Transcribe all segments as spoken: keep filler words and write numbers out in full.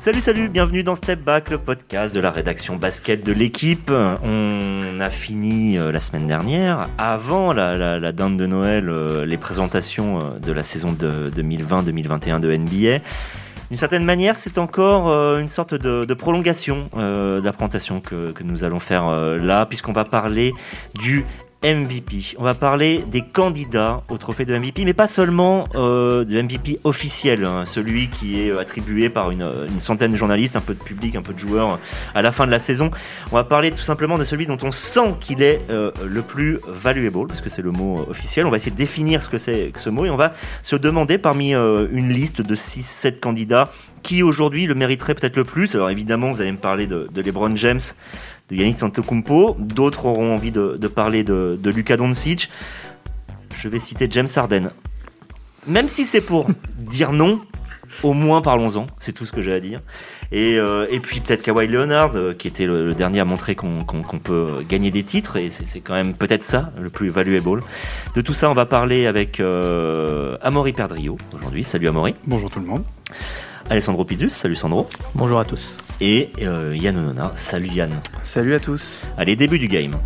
Salut, salut, bienvenue dans Step Back, le podcast de la rédaction basket de l'équipe. On a fini euh, la semaine dernière, avant la, la, la dinde de Noël, euh, les présentations euh, de la saison de deux mille vingt deux mille vingt et un de N B A. D'une certaine manière, c'est encore euh, une sorte de, de prolongation euh, de la présentation que, que nous allons faire euh, là, puisqu'on va parler du M V P. On va parler des candidats au trophée de M V P, mais pas seulement euh, de M V P officiel, hein, celui qui est attribué par une, une centaine de journalistes, un peu de public, un peu de joueurs à la fin de la saison. On va parler tout simplement de celui dont on sent qu'il est euh, le plus valuable, parce que c'est le mot officiel. On va essayer de définir ce que c'est que ce mot, et on va se demander parmi euh, une liste de six sept candidats qui aujourd'hui le mériterait peut-être le plus. Alors évidemment, vous allez me parler de, de LeBron James, de Giannis Antetokounmpo. D'autres auront envie de, de parler de, de Luka Doncic. Je vais citer James Harden. Même si c'est pour dire non, au moins parlons-en. C'est tout ce que j'ai à dire. Et, euh, et puis peut-être Kawhi Leonard, euh, qui était le, le dernier à montrer qu'on, qu'on, qu'on peut gagner des titres. Et c'est, c'est quand même peut-être ça, le plus valuable. De tout ça, on va parler avec euh, Amaury Perdrio aujourd'hui. Salut Amaury. Bonjour tout le monde. Alessandro Pizus, salut Sandro. Bonjour à tous. Et euh, Yann Onona, salut Yann. Salut à tous. Allez, début du game.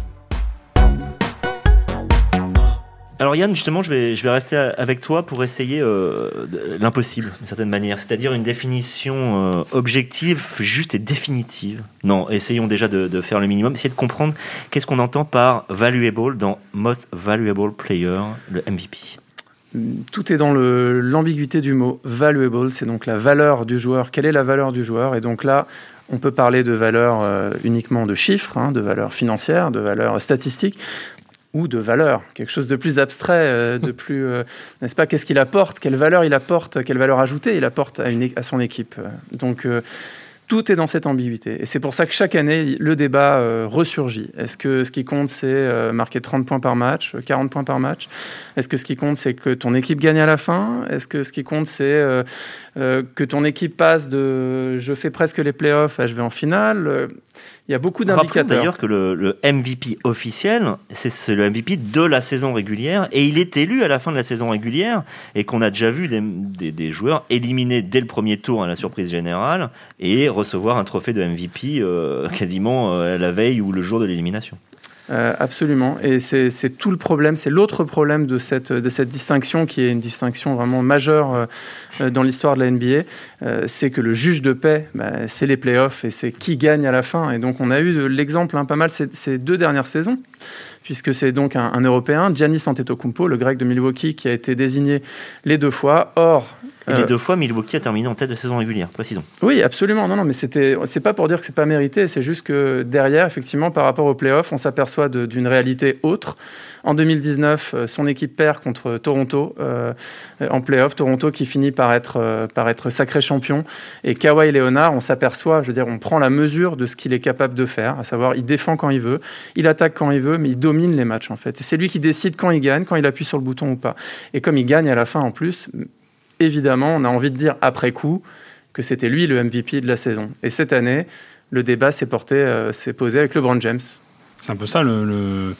Alors Yann, justement, je vais, je vais rester avec toi pour essayer euh, l'impossible, d'une certaine manière, c'est-à-dire une définition euh, objective, juste et définitive. Non, essayons déjà de, de faire le minimum, essayer de comprendre qu'est-ce qu'on entend par valuable dans Most Valuable Player, le M V P. Tout est dans le, l'ambiguïté du mot. Valuable, c'est donc la valeur du joueur. Quelle est la valeur du joueur ? Et donc là, on peut parler de valeur euh, uniquement de chiffres, hein, de valeur financière, de valeur statistique, ou de valeur, quelque chose de plus abstrait, euh, de plus, euh, n'est-ce pas ? Qu'est-ce qu'il apporte ? Quelle valeur il apporte ? Quelle valeur ajoutée il apporte à, une, à son équipe ? Donc, euh, tout est dans cette ambiguïté. Et c'est pour ça que chaque année, le débat euh, ressurgit. Est-ce que ce qui compte, c'est euh, marquer trente points par match, quarante points par match ? Est-ce que ce qui compte, c'est que ton équipe gagne à la fin ? Est-ce que ce qui compte, c'est euh, euh, que ton équipe passe de « je fais presque les playoffs » à « je vais en finale » ? Il y a beaucoup d'indicateurs. Rappelons d'ailleurs que le, le M V P officiel, c'est, c'est le M V P de la saison régulière, et il est élu à la fin de la saison régulière, et qu'on a déjà vu des, des, des joueurs éliminés dès le premier tour à la surprise générale, et recevoir un trophée de M V P euh, quasiment euh, la veille ou le jour de l'élimination. Euh, absolument, et c'est, c'est tout le problème, c'est l'autre problème de cette, de cette distinction qui est une distinction vraiment majeure euh, dans l'histoire de la N B A, euh, c'est que le juge de paix, bah, c'est les playoffs et c'est qui gagne à la fin. Et donc on a eu de l'exemple hein, pas mal ces, ces deux dernières saisons, puisque c'est donc un, un Européen, Giannis Antetokounmpo, le grec de Milwaukee, qui a été désigné les deux fois. Or, Et les deux fois, Milwaukee a terminé en tête de saison régulière, précisons. Oui, absolument. Non, non, mais c'était, c'est pas pour dire que c'est pas mérité, c'est juste que derrière, effectivement, par rapport aux playoffs, on s'aperçoit de, d'une réalité autre. En deux mille dix-neuf, son équipe perd contre Toronto euh, en playoffs. Toronto qui finit par être, euh, par être sacré champion. Et Kawhi Leonard, on s'aperçoit, je veux dire, on prend la mesure de ce qu'il est capable de faire, à savoir, il défend quand il veut, il attaque quand il veut, mais il domine les matchs, en fait. Et c'est lui qui décide quand il gagne, quand il appuie sur le bouton ou pas. Et comme il gagne à la fin, en plus, évidemment, on a envie de dire après coup que c'était lui le M V P de la saison. Et cette année, le débat s'est porté, euh, s'est posé avec LeBron James. C'est un peu ça le, le,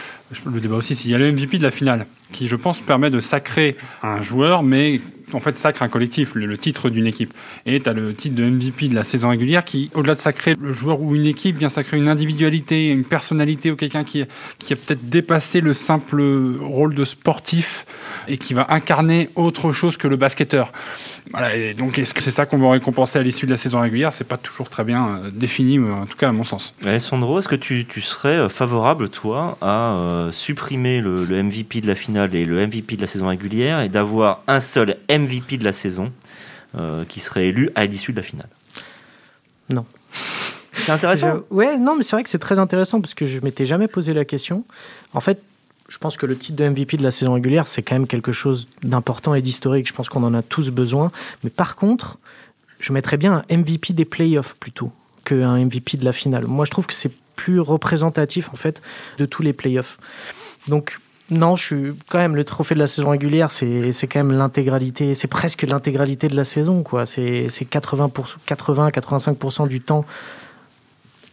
le débat aussi. Il y a le M V P de la finale qui, je pense, permet de sacrer un joueur, mais en fait sacre un collectif, le, le titre d'une équipe. Et tu as le titre de M V P de la saison régulière qui, au-delà de sacrer le joueur ou une équipe, vient sacrer une individualité, une personnalité ou quelqu'un qui, qui a peut-être dépassé le simple rôle de sportif et qui va incarner autre chose que le basketteur. Voilà, et donc est-ce que c'est ça qu'on va récompenser à l'issue de la saison régulière ? C'est pas toujours très bien euh, défini, en tout cas à mon sens. Alessandro, est-ce que tu, tu serais favorable, toi, à euh, supprimer le, le M V P de la finale et le M V P de la saison régulière et d'avoir un seul M V P de la saison euh, qui serait élu à l'issue de la finale ? Non. C'est intéressant. Je... Ouais, non, mais c'est vrai que c'est très intéressant parce que je m'étais jamais posé la question. En fait, je pense que le titre de M V P de la saison régulière, c'est quand même quelque chose d'important et d'historique. Je pense qu'on en a tous besoin. Mais par contre, je mettrais bien un M V P des playoffs plutôt qu'un M V P de la finale. Moi, je trouve que c'est plus représentatif, en fait, de tous les playoffs. Donc, non, je suis quand même le trophée de la saison régulière, c'est, c'est quand même l'intégralité, c'est presque l'intégralité de la saison, quoi. C'est, c'est quatre-vingts pour cent, quatre-vingts à quatre-vingt-cinq pour cent du temps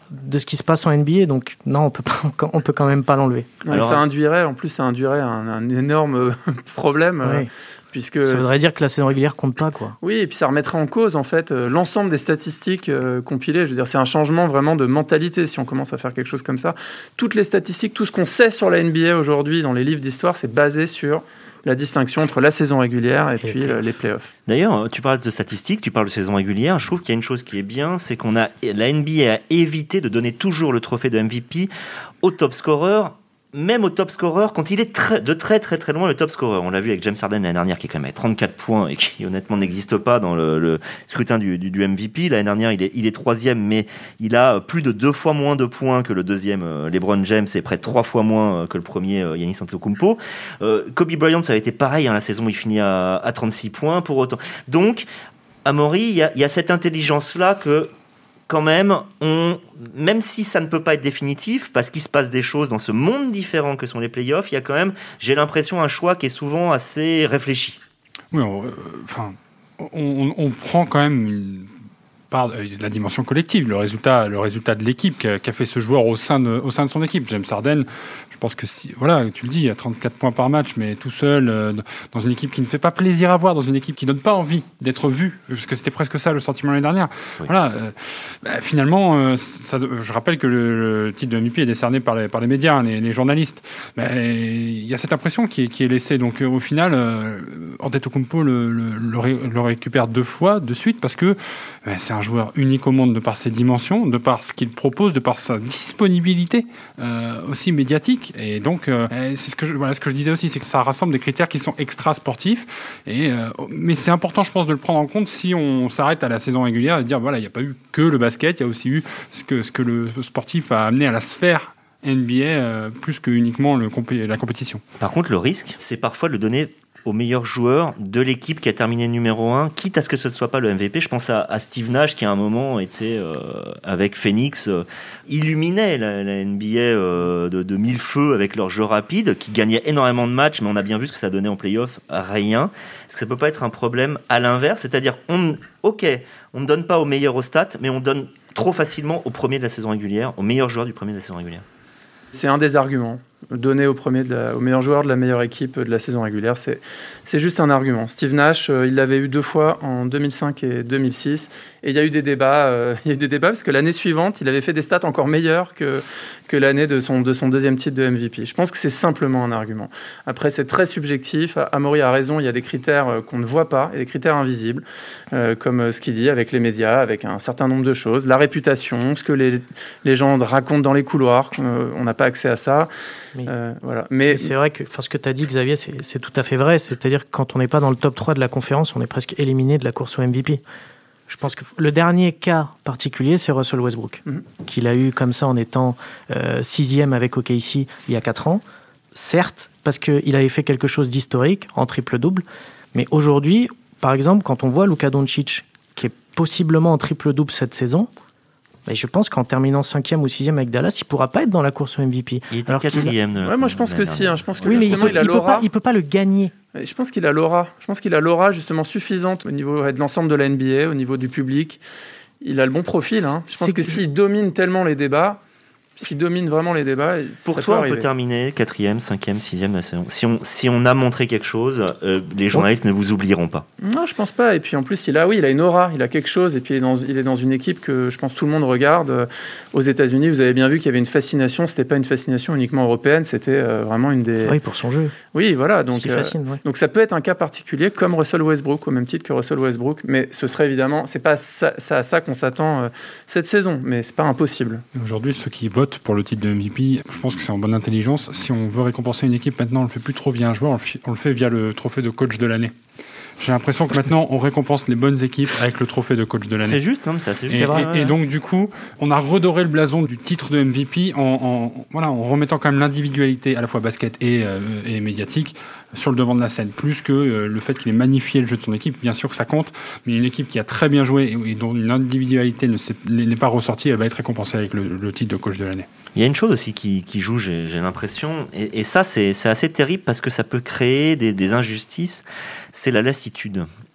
de ce qui se passe en N B A. Donc non, on peut pas, on peut quand même pas l'enlever. Ouais, Alors, ça induirait, en plus, ça induirait un, un énorme problème. Ouais. Euh, puisque ça voudrait dire que la saison régulière compte pas, quoi. Oui, et puis ça remettrait en cause en fait euh, l'ensemble des statistiques euh, compilées. Je veux dire, c'est un changement vraiment de mentalité si on commence à faire quelque chose comme ça. Toutes les statistiques, tout ce qu'on sait sur la N B A aujourd'hui dans les livres d'histoire, c'est basé sur la distinction entre la saison régulière et, et puis les playoffs. D'ailleurs, tu parles de statistiques, tu parles de saison régulière. Je trouve qu'il y a une chose qui est bien, c'est qu'on a la N B A a évité de donner toujours le trophée de M V P au top scorer. Même au top scorer, quand il est très, de très très très loin le top scorer. On l'a vu avec James Harden l'année dernière, qui est quand même à trente-quatre points et qui honnêtement n'existe pas dans le, le scrutin du, du, du M V P. L'année dernière, il est, il est troisième, mais il a plus de deux fois moins de points que le deuxième LeBron James et près de trois fois moins que le premier Giannis Antetokounmpo. Euh, Kobe Bryant, ça a été pareil, hein, la saison où il finit à, à trente-six points pour autant. Donc, Amaury, il y a, il y a cette intelligence-là que quand même, on, même si ça ne peut pas être définitif, parce qu'il se passe des choses dans ce monde différent que sont les playoffs, il y a quand même, j'ai l'impression, un choix qui est souvent assez réfléchi. Oui, on, euh, enfin, on, on prend quand même une part de la dimension collective, le résultat, le résultat de l'équipe qu'a, qu'a fait ce joueur au sein de, au sein de son équipe. James Harden, je pense que si, voilà, tu le dis, il y a trente-quatre points par match, mais tout seul, euh, dans une équipe qui ne fait pas plaisir à voir, dans une équipe qui donne pas envie d'être vue, parce que c'était presque ça le sentiment l'année dernière. Oui. Voilà, euh, bah, finalement, euh, ça, je rappelle que le, le titre de M V P est décerné par les, par les médias, les, les journalistes. Bah, il y a cette impression qui est, qui est laissée. Donc, euh, au final, euh, Antetokounmpo le, le, le, ré, le récupère deux fois de suite parce que bah, c'est un joueur unique au monde de par ses dimensions, de par ce qu'il propose, de par sa disponibilité euh, aussi médiatique. Et donc, euh, c'est ce que, je, voilà, ce que je disais aussi, c'est que ça rassemble des critères qui sont extra-sportifs. Et, euh, mais c'est important, je pense, de le prendre en compte si on s'arrête à la saison régulière et de dire, voilà, il n'y a pas eu que le basket, il y a aussi eu ce que, ce que le sportif a amené à la sphère N B A, euh, plus que uniquement le, la compétition. Par contre, le risque, c'est parfois de le donner au meilleur joueur de l'équipe qui a terminé numéro un, quitte à ce que ce ne soit pas le M V P. Je pense à, à Steve Nash, qui à un moment était, euh, avec Phoenix, euh, illuminait la, la N B A euh, de, de mille feux avec leur jeu rapide, qui gagnait énormément de matchs, mais on a bien vu ce que ça donnait en play-off, rien. Est-ce que ça ne peut pas être un problème à l'inverse ? C'est-à-dire, on, ok, on ne donne pas au meilleur au stat, mais on donne trop facilement au premier de la saison régulière, au meilleur joueur du premier de la saison régulière. C'est un des arguments. Donner au, premier de la, au meilleur joueur de la meilleure équipe de la saison régulière, c'est, c'est juste un argument. Steve Nash, euh, il l'avait eu deux fois en deux mille cinq et deux mille six, et il y a eu des débats, euh, il y a eu des débats parce que l'année suivante, il avait fait des stats encore meilleures que, que l'année de son, de son deuxième titre de M V P. Je pense que c'est simplement un argument. Après, c'est très subjectif. Amaury a raison, il y a des critères qu'on ne voit pas, et des critères invisibles, euh, comme ce qu'il dit avec les médias, avec un certain nombre de choses, la réputation, ce que les, les gens racontent dans les couloirs, euh, on n'a pas accès à ça. Mais, euh, voilà. mais, mais c'est vrai que ce que tu as dit, Xavier, c'est, c'est tout à fait vrai. C'est-à-dire que quand on n'est pas dans le top trois de la conférence, on est presque éliminé de la course au M V P. Je pense que le dernier cas particulier, c'est Russell Westbrook, mm-hmm. qu'il a eu comme ça en étant euh, sixième avec O K C il y a quatre ans. Certes, parce qu'il avait fait quelque chose d'historique en triple-double, mais aujourd'hui, par exemple, quand on voit Luka Doncic, qui est possiblement en triple-double cette saison, mais je pense qu'en terminant cinquième ou sixième avec Dallas, il ne pourra pas être dans la course au M V P. Il était quatrième. A... Ouais, moi je pense que si. Hein, je pense que oui, mais il ne peut, il a il peut, pas, il peut pas le gagner. Je pense qu'il a l'aura. Je pense qu'il a l'aura justement suffisante au niveau de l'ensemble de la N B A, au niveau du public. Il a le bon profil. Hein. Je pense que, que s'il domine tellement les débats, s'il domine vraiment les débats, pour toi, peut on peut terminer quatrième, cinquième, sixième la saison. Si on si on a montré quelque chose, euh, les journalistes ouais. ne vous oublieront pas. Non, je pense pas. Et puis en plus, il a oui, il a une aura, il a quelque chose. Et puis il est dans, il est dans une équipe que je pense tout le monde regarde. Aux États-Unis, vous avez bien vu qu'il y avait une fascination. C'était pas une fascination uniquement européenne, c'était euh, vraiment une des. Oui, pour son jeu. Oui, voilà. Donc euh, fascine, ouais. donc ça peut être un cas particulier comme Russell Westbrook, au même titre que Russell Westbrook. Mais ce serait évidemment, c'est pas ça, ça à ça qu'on s'attend euh, cette saison. Mais c'est pas impossible. Aujourd'hui, ceux qui votent pour le titre de M V P, je pense que c'est en bonne intelligence. Si on veut récompenser une équipe, maintenant, on le fait plus trop via un joueur, on le fait via le trophée de coach de l'année. J'ai l'impression que maintenant, on récompense les bonnes équipes avec le trophée de coach de l'année. C'est juste, hein, ça, c'est juste. Et, c'est vrai, et, ouais. et donc, du coup, on a redoré le blason du titre de M V P en, en, voilà, en remettant quand même l'individualité, à la fois basket et, euh, et médiatique, sur le devant de la scène. Plus que euh, le fait qu'il ait magnifié le jeu de son équipe, bien sûr que ça compte, mais une équipe qui a très bien joué et, et dont une individualité ne s'est, n'est pas ressortie, elle va être récompensée avec le, le titre de coach de l'année. Il y a une chose aussi qui, qui joue, j'ai, j'ai l'impression, et, et ça c'est, c'est assez terrible parce que ça peut créer des, des injustices, c'est la lassitude.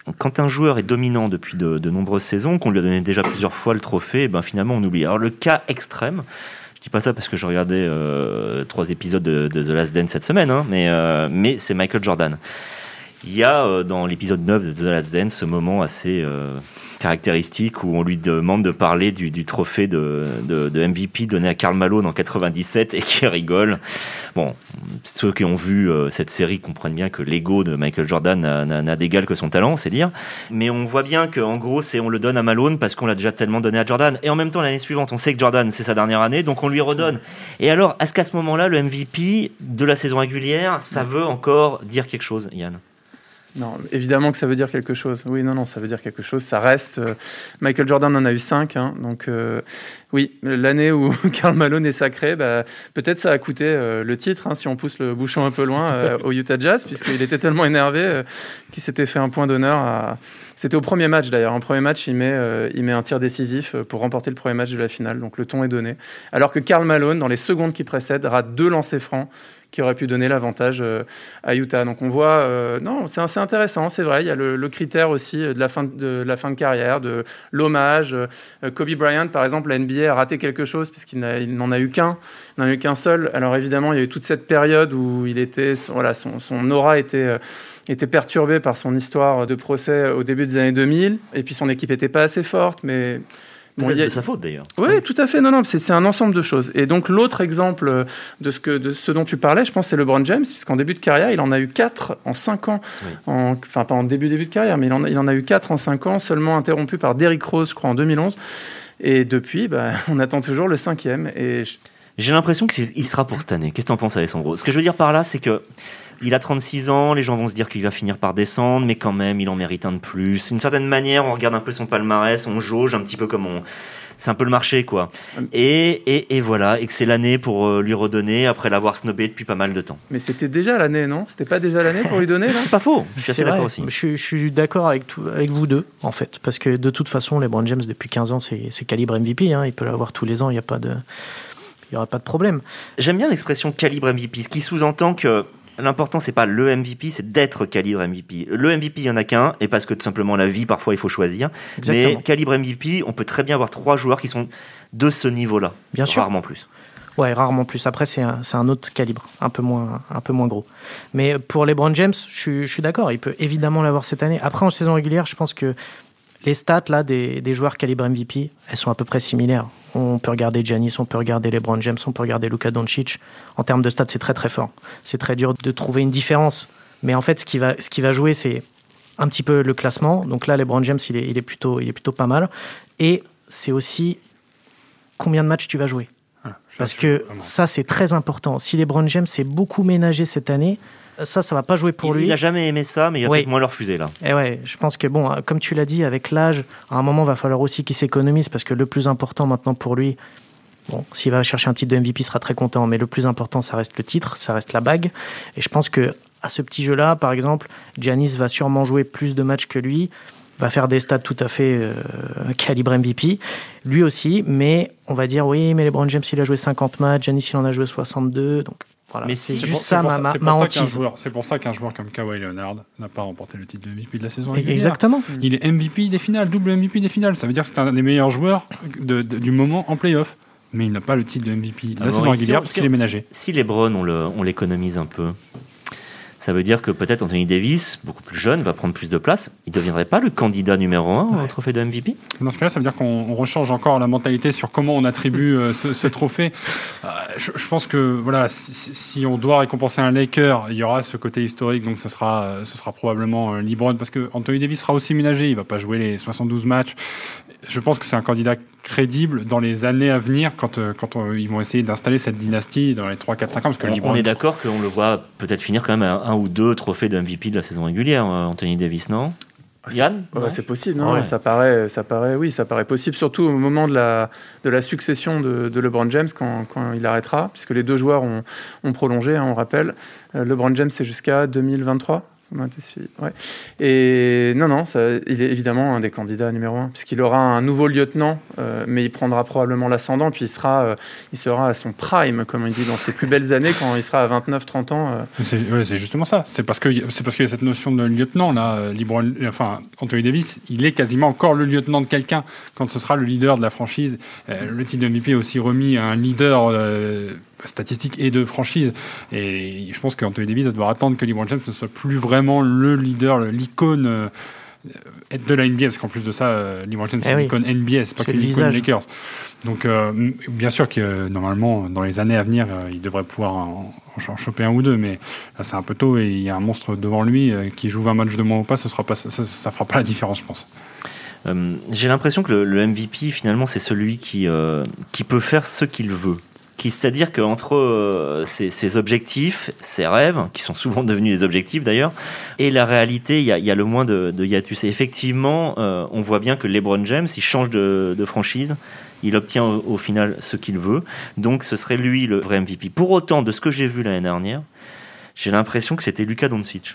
quand un joueur est dominant depuis de, de nombreuses saisons, qu'on lui a donné déjà plusieurs fois le trophée, ben finalement on oublie. Alors le cas extrême, je dis pas ça parce que je regardais euh, trois épisodes de, de The Last Dance cette semaine, hein, mais, euh, mais c'est Michael Jordan. Il y a euh, dans l'épisode neuf de The Last Dance ce moment assez euh, caractéristique où on lui demande de parler du, du trophée de, de, de M V P donné à Karl Malone en quatre-vingt-dix-sept et qui rigole. Bon, ceux qui ont vu euh, cette série comprennent bien que l'ego de Michael Jordan n'a, n'a, n'a d'égal que son talent, c'est dire. Mais on voit bien qu'en gros, c'est on le donne à Malone parce qu'on l'a déjà tellement donné à Jordan. Et en même temps, l'année suivante, on sait que Jordan, c'est sa dernière année, donc on lui redonne. Et alors, est-ce qu'à ce moment-là, le M V P de la saison régulière, ça veut encore dire quelque chose, Yann ? Non, évidemment que ça veut dire quelque chose. Oui, non, non, ça veut dire quelque chose. Ça reste. Euh, Michael Jordan en a eu cinq, hein, donc euh, oui, l'année où Karl Malone est sacré, bah, peut-être ça a coûté euh, le titre, hein, si on pousse le bouchon un peu loin, euh, au Utah Jazz, puisqu'il était tellement énervé euh, qu'il s'était fait un point d'honneur. À... C'était au premier match d'ailleurs. En premier match, il met, euh, il met un tir décisif pour remporter le premier match de la finale. Donc le ton est donné. Alors que Karl Malone, dans les secondes qui précèdent, rate deux lancers francs qui aurait pu donner l'avantage euh, à Utah. Donc on voit, euh, non, c'est assez intéressant, c'est vrai. Il y a le, le critère aussi de la fin de, de la fin de carrière, de l'hommage. Euh, Kobe Bryant, par exemple, la N B A a raté quelque chose puisqu'il n'a, il n'en a eu qu'un, il n'en a eu qu'un seul. Alors évidemment, il y a eu toute cette période où il était, voilà, son, son aura était euh, était perturbée par son histoire de procès au début des années deux mille. Et puis son équipe n'était pas assez forte, mais Bon, il y a... de sa faute d'ailleurs. Oui, tout à fait. Non, non, c'est, c'est un ensemble de choses. Et donc l'autre exemple de ce, que, de ce dont tu parlais, je pense, c'est LeBron James, puisqu'en début de carrière, il en a eu quatre en cinq ans. Oui. En, enfin, pas en début début de carrière, mais il en, a, il en a eu quatre en cinq ans, seulement interrompu par Derrick Rose, je crois, en deux mille onze. Et depuis, bah, on attend toujours le cinquième. Et je... J'ai l'impression qu'il sera pour cette année. Qu'est-ce que tu en penses, Alessandro ? Ce que je veux dire par là, c'est que il a trente-six ans, les gens vont se dire qu'il va finir par descendre, mais quand même, il en mérite un de plus. D'une certaine manière, on regarde un peu son palmarès, on jauge un petit peu comme on... C'est un peu le marché, quoi. Et, et, et voilà, et que c'est l'année pour lui redonner après l'avoir snobé depuis pas mal de temps. Mais c'était déjà l'année, non ? C'était pas déjà l'année pour lui donner, là ? C'est pas faux, je suis c'est assez vrai. d'accord aussi. Je, je suis d'accord avec, tout, avec vous deux, en fait, parce que de toute façon, LeBron James, depuis quinze ans, c'est, c'est calibre M V P, hein, il peut l'avoir tous les ans, il n'y a pas de... Il n'y aura pas de problème. J'aime bien l'expression calibre M V P, ce qui sous-entend que l'important, c'est pas le M V P, c'est d'être calibre M V P. Le M V P, il y en a qu'un, et parce que tout simplement la vie, parfois, il faut choisir. Exactement. Mais calibre M V P, on peut très bien avoir trois joueurs qui sont de ce niveau-là. Bien sûr. Rarement plus. Ouais, rarement plus. Après, c'est un, c'est un autre calibre, un peu moins, un peu moins gros. Mais pour LeBron James, je suis, je suis d'accord, il peut évidemment l'avoir cette année. Après, en saison régulière, je pense que les stats là, des, des joueurs calibre M V P, elles sont à peu près similaires. On peut regarder Giannis, on peut regarder LeBron James, on peut regarder Luka Doncic. En termes de stats, c'est très très fort. C'est très dur de trouver une différence. Mais en fait, ce qui va, ce qui va jouer, c'est un petit peu le classement. Donc là, LeBron James, il est, il est plutôt, il est plutôt pas mal. Et c'est aussi combien de matchs tu vas jouer. Ah, Parce que vraiment. Ça, c'est très important. Si LeBron James s'est beaucoup ménagé cette année, ça, ça va pas jouer pour il, lui. Il n'a jamais aimé ça, mais il va oui. peut-être moins le refuser là. Et ouais, je pense que bon, comme tu l'as dit, avec l'âge, à un moment, il va falloir aussi qu'il s'économise parce que le plus important maintenant pour lui, bon, s'il va chercher un titre de M V P, il sera très content, mais le plus important, ça reste le titre, ça reste la bague. Et je pense que à ce petit jeu-là, par exemple, Giannis va sûrement jouer plus de matchs que lui, va faire des stats tout à fait euh, calibre M V P, lui aussi, mais on va dire oui, mais LeBron James, il a joué cinquante matchs, Giannis, il en a joué soixante-deux, donc voilà. Mais c'est, c'est juste pour, ça, c'est ma, ma hantise. C'est pour ça qu'un joueur comme Kawhi Leonard n'a pas remporté le titre de M V P de la saison régulière. Exactement. Il est M V P des finales, double M V P des finales. Ça veut dire que c'est un des meilleurs joueurs de, de, du moment en play-off. Mais il n'a pas le titre de M V P de la Alors, saison régulière si on, parce qu'il est ménagé. Si LeBron, on, le, on l'économise un peu, ça veut dire que peut-être Anthony Davis, beaucoup plus jeune, va prendre plus de place. Il ne deviendrait pas le candidat numéro un ouais. au trophée de M V P ? Dans ce cas-là, ça veut dire qu'on rechange encore la mentalité sur comment on attribue euh, ce, ce trophée. Euh, je, je pense que voilà, si, si on doit récompenser un Laker, il y aura ce côté historique, donc ce sera, ce sera probablement euh, LeBron, parce que Anthony Davis sera aussi ménagé, il ne va pas jouer les soixante-douze matchs. Je pense que c'est un candidat crédible dans les années à venir quand, euh, quand on, ils vont essayer d'installer cette dynastie dans les trois, quatre, cinq ans. Parce que on, LeBron... on est d'accord qu'on le voit peut-être finir quand même à un ou deux trophées de M V P de la saison régulière, Anthony Davis, non ? C'est, Yann ouais, c'est possible, non ouais. ça, paraît, ça, paraît, oui, ça paraît possible, surtout au moment de la, de la succession de, de LeBron James quand, quand il arrêtera, puisque les deux joueurs ont, ont prolongé, hein, on rappelle. Euh, LeBron James, c'est jusqu'à deux mille vingt-trois Main était suivie, ouais. Et non, non, ça, il est évidemment un des candidats numéro un, puisqu'il aura un nouveau lieutenant, euh, mais il prendra probablement l'ascendant, puis il sera, euh, il sera à son prime, comme on dit, dans ses plus belles années, quand il sera à vingt-neuf trente ans. Euh. C'est, ouais, c'est justement ça. C'est parce, que, c'est parce qu'il y a cette notion de lieutenant, là. Libre, enfin, Anthony Davis, il est quasiment encore le lieutenant de quelqu'un quand ce sera le leader de la franchise. Euh, le titre de M V P est aussi remis à un leader euh, statistique et de franchise. Et je pense qu'Anthony Davis va devoir attendre que LeBron James ne soit plus vraiment le leader, l'icône euh, de la N B A, parce qu'en plus de ça, euh, LeBron James, eh c'est oui. l'icône N B A, c'est pas c'est que l'icône Lakers. Donc, euh, bien sûr que euh, normalement, dans les années à venir, euh, il devrait pouvoir en, en choper un ou deux, mais là, c'est un peu tôt et il y a un monstre devant lui euh, qui joue vingt matchs de moins ou pas, ce sera pas, ça, ça, ça fera pas la différence, je pense. Euh, j'ai l'impression que le, le M V P, finalement, c'est celui qui, euh, qui peut faire ce qu'il veut. Qui, c'est-à-dire qu'entre euh, ses, ses objectifs, ses rêves, qui sont souvent devenus des objectifs d'ailleurs, et la réalité, il y a, y a le moins de, de hiatus. Et effectivement, euh, on voit bien que LeBron James, il change de, de franchise, il obtient au, au final ce qu'il veut, donc ce serait lui le vrai M V P. Pour autant, de ce que j'ai vu l'année dernière, j'ai l'impression que c'était Luka Doncic.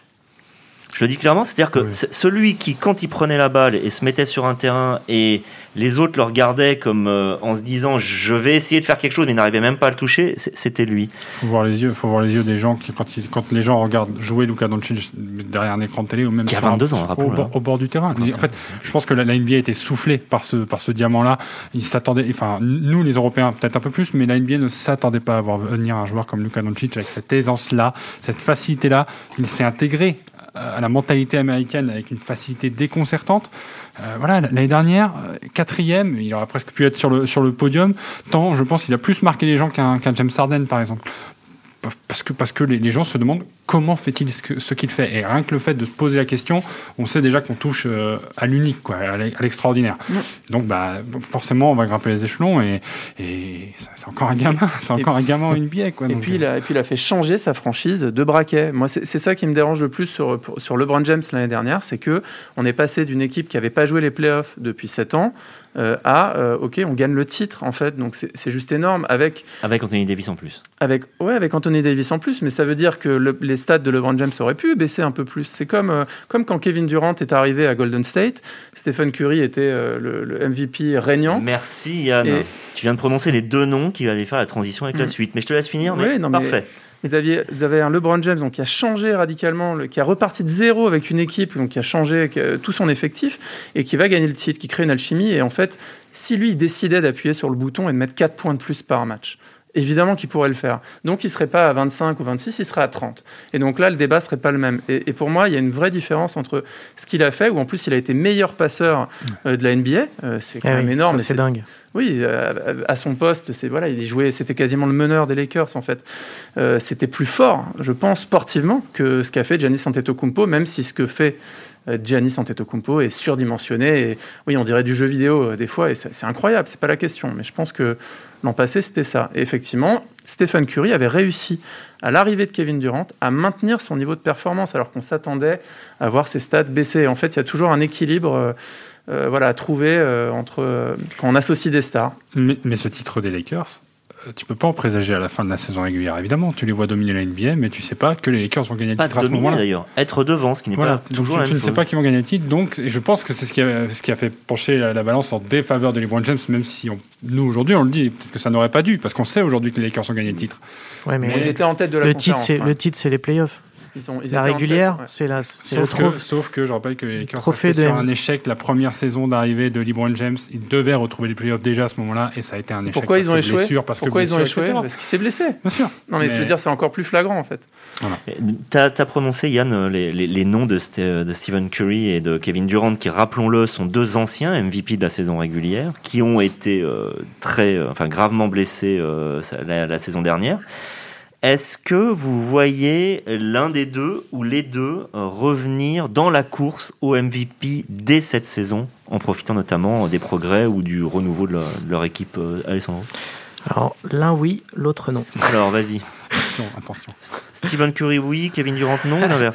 Je le dis clairement, c'est-à-dire que oui. celui qui, quand il prenait la balle et se mettait sur un terrain et les autres le regardaient comme euh, en se disant je vais essayer de faire quelque chose mais n'arrivait même pas à le toucher, c'était lui. Faut voir les yeux, faut voir les yeux des gens qui, quand, ils, quand les gens regardent jouer Luka Doncic derrière un écran de télé ou même qui a vingt-deux ans, au, au, au bord du terrain. Et en fait, je pense que la, la N B A a été soufflée par ce par ce diamant-là. Ils s'attendaient, enfin nous les Européens peut-être un peu plus, mais la N B A ne s'attendait pas à voir venir un joueur comme Luka Doncic avec cette aisance-là, cette facilité-là. Il s'est intégré à la mentalité américaine avec une facilité déconcertante. Euh, voilà, l'année dernière, quatrième, il aurait presque pu être sur le, sur le podium, tant je pense qu'il a plus marqué les gens qu'un, qu'un James Harden par exemple. Parce que, parce que les, les gens se demandent comment fait-il ce, que, ce qu'il fait. Et rien que le fait de se poser la question, on sait déjà qu'on touche euh, à l'unique, quoi, à l'extraordinaire. Mmh. Donc bah, forcément, on va grimper les échelons et, et c'est encore un gamin. C'est encore et un gamin en N B A. Quoi, et, donc, puis, il a, et puis il a fait changer sa franchise de braquet. Moi, c'est, c'est ça qui me dérange le plus sur, sur LeBron James l'année dernière, c'est qu'on est passé d'une équipe qui n'avait pas joué les playoffs depuis sept ans Euh, à euh, ok, on gagne le titre en fait, donc c'est, c'est juste énorme avec avec Anthony Davis en plus. Avec ouais, avec Anthony Davis en plus, mais ça veut dire que le, les stats de LeBron James auraient pu baisser un peu plus. C'est comme euh, comme quand Kevin Durant est arrivé à Golden State, Stephen Curry était euh, le, le M V P régnant. Merci Yann. Et... Tu viens de prononcer les deux noms qui allaient faire la transition avec mmh. la suite, mais je te laisse finir. Mais oui, non, parfait. Mais... Vous aviez, vous avez un LeBron James donc, qui a changé radicalement, le, qui a reparti de zéro avec une équipe, donc qui a changé qui a, tout son effectif et qui va gagner le titre, qui crée une alchimie. Et en fait, si lui il décidait d'appuyer sur le bouton et de mettre quatre points de plus par match, évidemment qu'il pourrait le faire. Donc il ne serait pas à vingt-cinq ou vingt-six, il serait à trente. Et donc là, le débat ne serait pas le même. Et, et pour moi, il y a une vraie différence entre ce qu'il a fait, où en plus il a été meilleur passeur euh, de la N B A. Euh, c'est quand ah même oui, énorme. Ça, c'est, c'est dingue. Oui, euh, à son poste, c'est, voilà, il jouait, c'était quasiment le meneur des Lakers en fait. Euh, c'était plus fort, je pense, sportivement, que ce qu'a fait Giannis Antetokounmpo, même si ce que fait euh, Giannis Antetokounmpo est surdimensionné. Et, oui, on dirait du jeu vidéo euh, des fois, et c'est, c'est incroyable, c'est pas la question. Mais je pense que l'an passé, c'était ça. Et effectivement, Stephen Curry avait réussi, à l'arrivée de Kevin Durant, à maintenir son niveau de performance, alors qu'on s'attendait à voir ses stats baisser. Et en fait, il y a toujours un équilibre euh, euh, voilà, à trouver euh, entre, euh, quand on associe des stars. Mais, mais ce titre des Lakers, tu peux pas en présager à la fin de la saison régulière. Évidemment, tu les vois dominer la N B A, mais tu sais pas que les Lakers vont gagner le pas titre à ce moment-là. D'ailleurs, être devant, ce qui n'est voilà. pas toujours tu, la tu même ne chose. sais pas qui vont gagner le titre. Donc, je pense que c'est ce qui a, ce qui a fait pencher la, la balance en défaveur de LeBron James, même si on, nous aujourd'hui on le dit, peut-être que ça n'aurait pas dû, parce qu'on sait aujourd'hui que les Lakers ont gagné le titre. Ouais, mais, mais ils étaient en tête de la le conférence. Titre, c'est, ouais. Le titre, c'est les playoffs. Ils ont, ils la régulière, tête, ouais. c'est, la, c'est sauf le trophée. Que, sauf que je rappelle que les Lakers trophée de... sur M... un échec la première saison d'arrivée de LeBron James. Ils devaient retrouver les playoffs déjà à ce moment-là et ça a été un échec. Pourquoi ils ont échoué blessure, parce Pourquoi que ils ont échoué Parce qu'il s'est blessé. Bien sûr. Non, mais, mais... ça veut dire c'est encore plus flagrant en fait. Voilà. Tu as prononcé, Yann, les, les, les noms de, St- de Stephen Curry et de Kevin Durant, qui, rappelons-le, sont deux anciens M V P de la saison régulière, qui ont été euh, très, euh, enfin, gravement blessés euh, la, la saison dernière. Est-ce que vous voyez l'un des deux ou les deux revenir dans la course au M V P dès cette saison, en profitant notamment des progrès ou du renouveau de leur, de leur équipe, Alessandro ? Alors, l'un oui, l'autre non. Alors, vas-y. Attention, attention. Stephen Curry oui, Kevin Durant non, ou l'inverse ?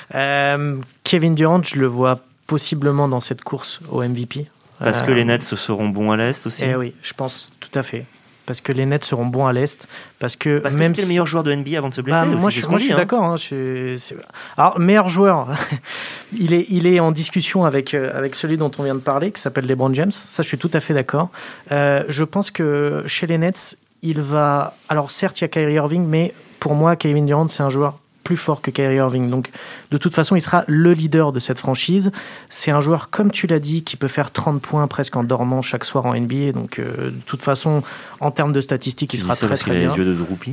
euh, Kevin Durant, je le vois possiblement dans cette course au M V P. Parce euh, que les Nets seront bons à l'Est aussi ? Eh oui, je pense tout à fait. parce que les Nets seront bons à l'Est, parce que parce même que c'était si... le meilleur joueur de N B A avant de se blesser. Bah, moi, je, moi je suis hein. d'accord. Hein, je, c'est... Alors, meilleur joueur, il, est, il est en discussion avec, euh, avec celui dont on vient de parler, qui s'appelle LeBron James. Ça, je suis tout à fait d'accord. Euh, je pense que chez les Nets, il va... Alors, certes, il y a Kyrie Irving, mais pour moi, Kevin Durant, c'est un joueur plus fort que Kyrie Irving. Donc, de toute façon, il sera le leader de cette franchise. C'est un joueur, comme tu l'as dit, qui peut faire trente points presque en dormant chaque soir en N B A. Donc, euh, de toute façon, en termes de statistiques, il sera très, très bien. Il a les yeux de Droupy.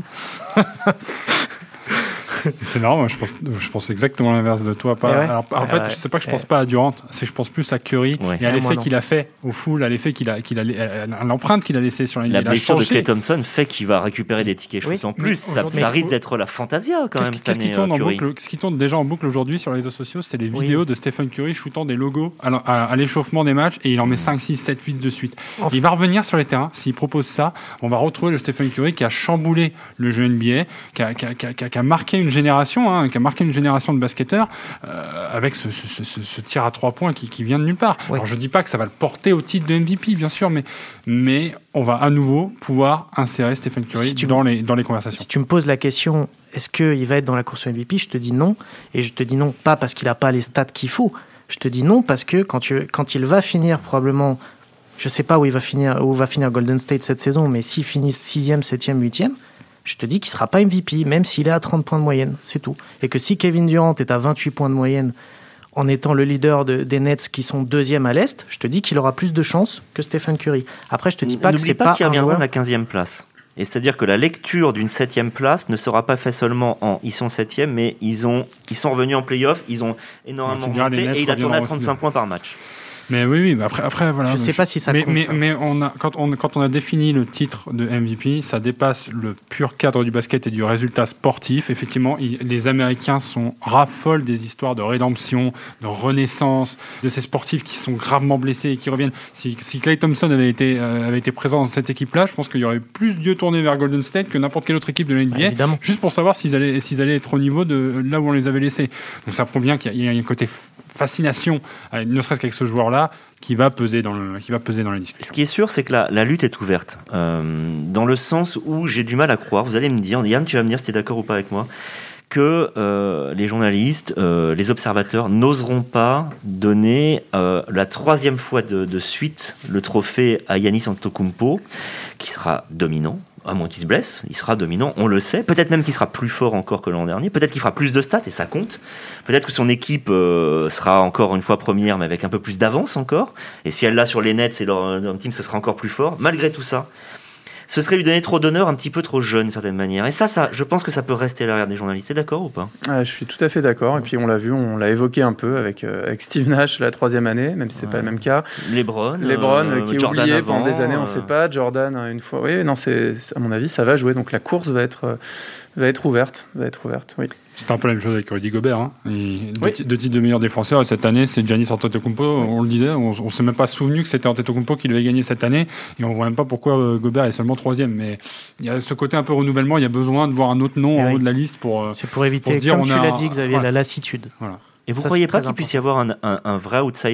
C'est marrant, moi, je pense, je pense exactement l'inverse de toi. Pas, ouais, alors, en ouais, fait, ouais, je sais pas que je pense ouais. pas à Durant, c'est que je pense plus à Curry ouais. et à ouais, l'effet qu'il a fait au full, à l'effet qu'il a, qu'il a, à l'empreinte qu'il a laissée sur la ligne. La blessure de Klay Thompson fait qu'il va récupérer des tickets shoot oui. en plus. Ça, ça risque d'être la fantasia quand qu'est-ce même. Qui, qu'est-ce, qui tourne en boucle, ce qui tourne déjà en boucle aujourd'hui sur les réseaux sociaux, c'est les vidéos oui. de Stephen Curry shootant des logos à, à, à l'échauffement des matchs et il en met cinq, six, sept, huit de suite. Enfin. Il va revenir sur les terrains, s'il propose ça, on va retrouver le Stephen Curry qui a chamboulé le jeu N B A, qui a, qui a, qui a, qui a, qui a marqué une génération, hein, qui a marqué une génération de basketteurs euh, avec ce, ce, ce, ce tir à trois points qui, qui vient de nulle part. Oui. Alors je dis pas que ça va le porter au titre de M V P, bien sûr, mais, mais on va à nouveau pouvoir insérer Stephen Curry si tu, dans, les, dans les conversations. Si tu me poses la question, est-ce qu'il va être dans la course au M V P, je te dis non. Et je te dis non, pas parce qu'il n'a pas les stats qu'il faut. Je te dis non parce que quand, tu, quand il va finir probablement, je sais pas où il va finir, où va finir Golden State cette saison, mais s'il finit sixième, septième, huitième, je te dis qu'il ne sera pas M V P, même s'il est à trente points de moyenne, c'est tout. Et que si Kevin Durant est à vingt-huit points de moyenne, en étant le leader de, des Nets qui sont deuxième à l'Est, je te dis qu'il aura plus de chances que Stephen Curry. Après, je te dis pas N'oublie que c'est pas, pas qu'il un reviendra joueur... à la quinzième place. Et c'est-à-dire que la lecture d'une septième place ne sera pas faite seulement en ils sont septième, mais ils, ont, ils sont revenus en play-off, ils ont énormément monté et il a tourné à trente-cinq points par match. Mais oui, oui, mais après, après voilà. Je ne sais pas si ça mais, compte. Mais, ça. mais on a, quand, on, quand on a défini le titre de M V P, ça dépasse le pur cadre du basket et du résultat sportif. Effectivement, il, les Américains sont raffolent des histoires de rédemption, de renaissance, de ces sportifs qui sont gravement blessés et qui reviennent. Si, si Klay Thompson avait été, euh, avait été présent dans cette équipe-là, je pense qu'il y aurait plus d'yeux tournés vers Golden State que n'importe quelle autre équipe de la N B A, évidemment. Juste pour savoir s'ils allaient, s'ils allaient être au niveau de là où on les avait laissés. Donc ça prouve bien qu'il y a, il y a un côté fascination, ne serait-ce qu'avec ce joueur-là, qui va peser dans le, qui va peser dans la discussion. Ce qui est sûr, c'est que la, la lutte est ouverte, euh, dans le sens où j'ai du mal à croire. Vous allez me dire, Yann, tu vas me dire si tu es d'accord ou pas avec moi, que euh, les journalistes, euh, les observateurs n'oseront pas donner euh, la troisième fois de, de suite le trophée à Giannis Antetokounmpo, qui sera dominant. À moins qu'il se blesse, il sera dominant, on le sait. Peut-être même qu'il sera plus fort encore que l'an dernier. Peut-être qu'il fera plus de stats, et ça compte. Peut-être que son équipe euh, sera encore une fois première, mais avec un peu plus d'avance encore. Et si elle l'a sur les Nets et leur, leur team, ça sera encore plus fort. Malgré tout ça, ce serait lui donner trop d'honneur, un petit peu trop jeune, d'une certaine manière. Et ça, ça, je pense que ça peut rester à l'arrière des journalistes. T'es d'accord ou pas ? ah, Je suis tout à fait d'accord. Et puis on l'a vu, on l'a évoqué un peu avec, euh, avec Steve Nash la troisième année, même si c'est ouais. pas le même cas. LeBron, LeBron euh, qui est Jordan oublié avant, pendant des années, on ne euh... sait pas. Jordan une fois. Oui, non, c'est à mon avis, ça va jouer. Donc la course va être, euh, va être ouverte, va être ouverte. Oui. C'était un peu la même chose avec Rudy Gobert. Hein. Et oui. deux, deux titres de meilleur défenseur. Et cette année, c'est Giannis Antetokounmpo. Oui. On le disait, on ne s'est même pas souvenu que c'était Antetokounmpo qui devait gagner cette année. Et on ne voit même pas pourquoi euh, Gobert est seulement troisième. Mais il y a ce côté un peu renouvellement. Il y a besoin de voir un autre nom et en oui. haut de la liste pour. Euh, c'est pour éviter, pour dire, comme on tu a... l'as dit, Xavier, voilà. la lassitude. Voilà. Et vous ne croyez pas qu'il puisse y avoir un, un, un vrai outsider ?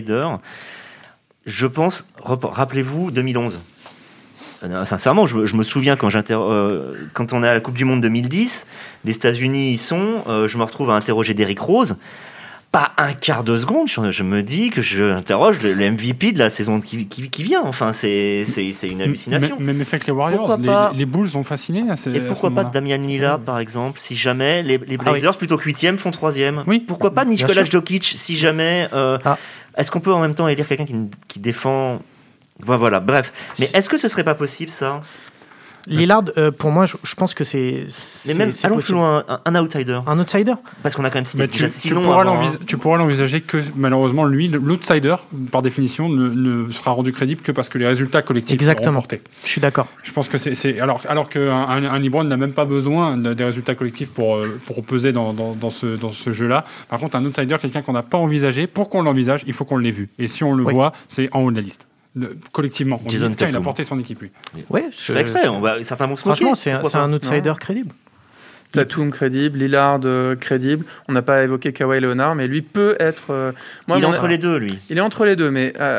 Je pense, rappelez-vous, deux mille onze. Sincèrement, je, je me souviens quand, euh, quand on est à la Coupe du Monde deux mille dix, les États-Unis y sont, euh, je me retrouve à interroger Derrick Rose. Pas un quart de seconde, je, je me dis que j'interroge le, le M V P de la saison qui, qui, qui vient. Enfin, c'est, c'est, c'est une hallucination. Même effet que les Warriors, les, pas, les Bulls ont fasciné. À ce, et pourquoi pas Damian Lillard, par exemple, si jamais les, les Blazers, ah oui. plutôt que huitième, font troisième. Oui. Pourquoi pas Nikola Jokic, si jamais. Euh, ah. Est-ce qu'on peut en même temps élire quelqu'un qui, qui défend. Voilà, bref. Mais est-ce que ce serait pas possible, ça ? Lillard, euh, pour moi, je, je pense que c'est. Mais même, c'est allons plus loin, un, un outsider. Un outsider ? Parce qu'on a quand même cité déjà tu, tu, pourras l'envis- tu pourras l'envisager que, malheureusement, lui, l'outsider, par définition, ne, ne sera rendu crédible que parce que les résultats collectifs Exactement. seront portés. Je suis d'accord. Je pense que c'est. c'est alors, alors qu'un un, un LeBron n'a même pas besoin de, des résultats collectifs pour, pour peser dans, dans, dans, ce, dans ce jeu-là. Par contre, un outsider, quelqu'un qu'on n'a pas envisagé, pour qu'on l'envisage, il faut qu'on l'ait vu. Et si on le oui. voit, c'est en haut de la liste. Le, collectivement, on Jason dit, tiens, il a porté son équipe, lui. Ouais, je fais exprès, on va, certains vont se Franchement, moquer, c'est, un, c'est un outsider non. crédible. Tatum crédible, Lillard euh, crédible. On n'a pas évoqué Kawhi Leonard, mais lui peut être. Euh, moi, il est entre a... les deux, lui. Il est entre les deux, mais euh,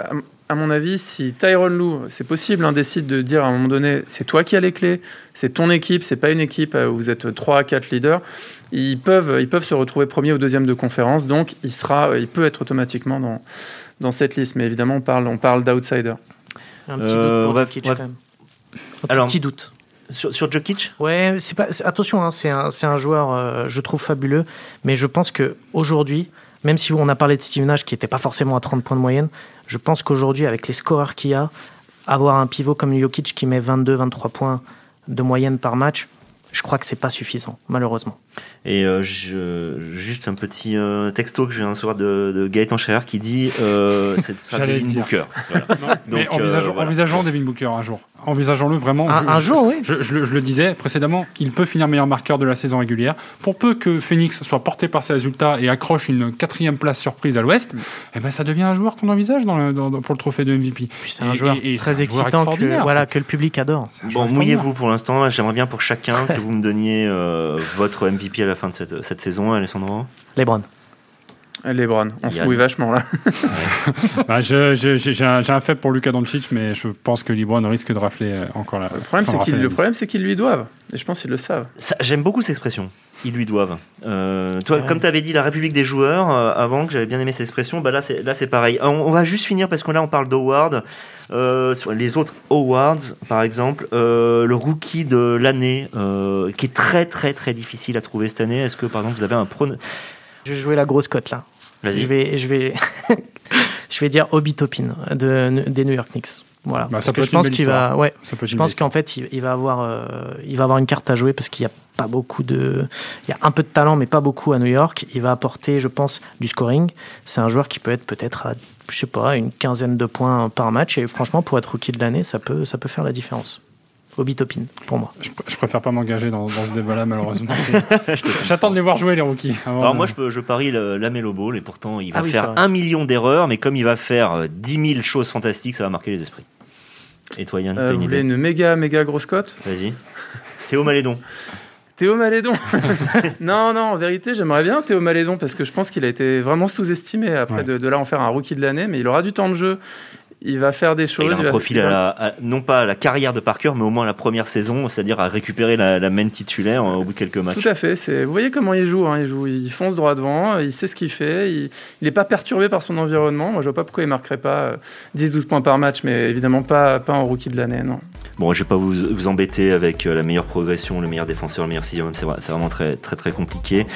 à mon avis, si Tyronn Lue, c'est possible, hein, décide de dire à un moment donné, c'est toi qui as les clés, c'est ton équipe, c'est pas une équipe où vous êtes trois à quatre leaders, ils peuvent, ils peuvent se retrouver premier ou deuxième de conférence, donc il, sera, il peut être automatiquement dans, dans cette liste. Mais évidemment, on parle, on parle d'outsider. Un petit euh, doute pour va, Jokic va... quand même. Un Alors, petit doute. Sur, sur Jokic ? Ouais, c'est pas, c'est, attention, hein, c'est, un, c'est un joueur, euh, je trouve, fabuleux, mais je pense qu'aujourd'hui, même si on a parlé de Steve Nash qui n'était pas forcément à trente points de moyenne, je pense qu'aujourd'hui, avec les scoreurs qu'il y a, avoir un pivot comme Jokic qui met vingt-deux à vingt-trois points de moyenne par match, je crois que c'est pas suffisant, malheureusement. Et euh, je, juste un petit euh, texto que je viens de recevoir de, de Gaëtan Scherer qui dit euh, c'est ça Devin Booker. Voilà. Non, mais Donc, envisageons, euh, voilà. envisageons Devin Booker un jour. Envisageons-le vraiment. Un, je, un je, jour, oui. Je, je, je, je le disais précédemment, il peut finir meilleur marqueur de la saison régulière. Pour peu que Phoenix soit porté par ses résultats et accroche une quatrième place surprise à l'Ouest, eh ben ça devient un joueur qu'on envisage dans le, dans, pour le trophée de M V P. Puis c'est un et, joueur et, et très un excitant joueur que, voilà, que le public adore. Bon, mouillez-vous pour l'instant. J'aimerais bien pour chacun que vous me donniez euh, votre M V P à la fin de cette, cette saison, Alessandro. LeBron. LeBron, on se mouille vachement là. Ouais. bah, je, je, j'ai, un, j'ai un faible pour Luka Doncic, mais je pense que LeBron risque de rafler encore là. Le problème, c'est qu'ils, le problème, c'est qu'ils lui doivent. Et je pense qu'ils le savent. Ça, j'aime beaucoup cette expression. Ils lui doivent. Euh, toi, ouais. Comme tu avais dit, la République des joueurs, euh, avant, que j'avais bien aimé cette expression, bah là, c'est, là, c'est pareil. On, on va juste finir parce que là, on parle d'Howard. Euh, sur les autres awards, par exemple, euh, le rookie de l'année, euh, qui est très, très, très difficile à trouver cette année. Est-ce que, par exemple, vous avez un prono... Je vais jouer la grosse cote là. Vas-y. Je vais, je vais, je vais dire Obi Toppin de, des New York Knicks. Voilà. Bah, parce ça que je pense qu'il histoire. va, ouais. Je pense qu'en fait, il, il va avoir, euh, il va avoir une carte à jouer parce qu'il y a pas beaucoup de, il y a un peu de talent, mais pas beaucoup à New York. Il va apporter, je pense, du scoring. C'est un joueur qui peut être peut-être à, je sais pas, une quinzaine de points par match. Et franchement, pour être rookie de l'année, ça peut, ça peut faire la différence. Obi Toppin, pour moi. Je, je préfère pas m'engager dans, dans ce débat-là, malheureusement. J'attends de les voir jouer, les rookies. Alors de... moi, je, peux, je parie le, la Melo Ball, et pourtant, il va ah oui, faire un million d'erreurs, mais comme il va faire dix mille choses fantastiques, ça va marquer les esprits. Et toi, Yann, euh, t'as une vous idée ? voulez une méga, méga grosse cote ? Vas-y. Théo Malédon. Théo Malédon. Non, non, en vérité, j'aimerais bien Théo Malédon, parce que je pense qu'il a été vraiment sous-estimé après ouais. de, de là en faire un rookie de l'année, mais il aura du temps de jeu. Il va faire des choses. Et il a un il profil, va... à la, à, non pas à la carrière de Parker, mais au moins à la première saison, c'est-à-dire à récupérer la, la main titulaire au bout de quelques matchs. Tout à fait. C'est... Vous voyez comment il joue, hein. il joue. Il fonce droit devant, il sait ce qu'il fait, il n'est pas perturbé par son environnement. Moi, je ne vois pas pourquoi il ne marquerait pas dix à douze points par match, mais évidemment pas, pas en rookie de l'année, non. Bon, je ne vais pas vous, vous embêter avec la meilleure progression, le meilleur défenseur, le meilleur sixième, c'est, c'est vraiment très, très, très compliqué.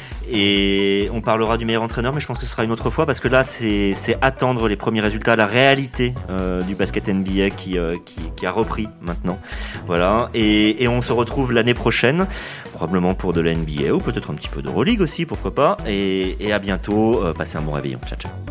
Et on parlera du meilleur entraîneur, mais je pense que ce sera une autre fois parce que là, c'est, c'est attendre les premiers résultats, la réalité euh, du basket N B A qui, euh, qui, qui a repris maintenant. Voilà. Et, et on se retrouve l'année prochaine, probablement pour de la N B A ou peut-être un petit peu d'Euroleague aussi, pourquoi pas. Et, et à bientôt. Euh, passez un bon réveillon. Ciao, ciao.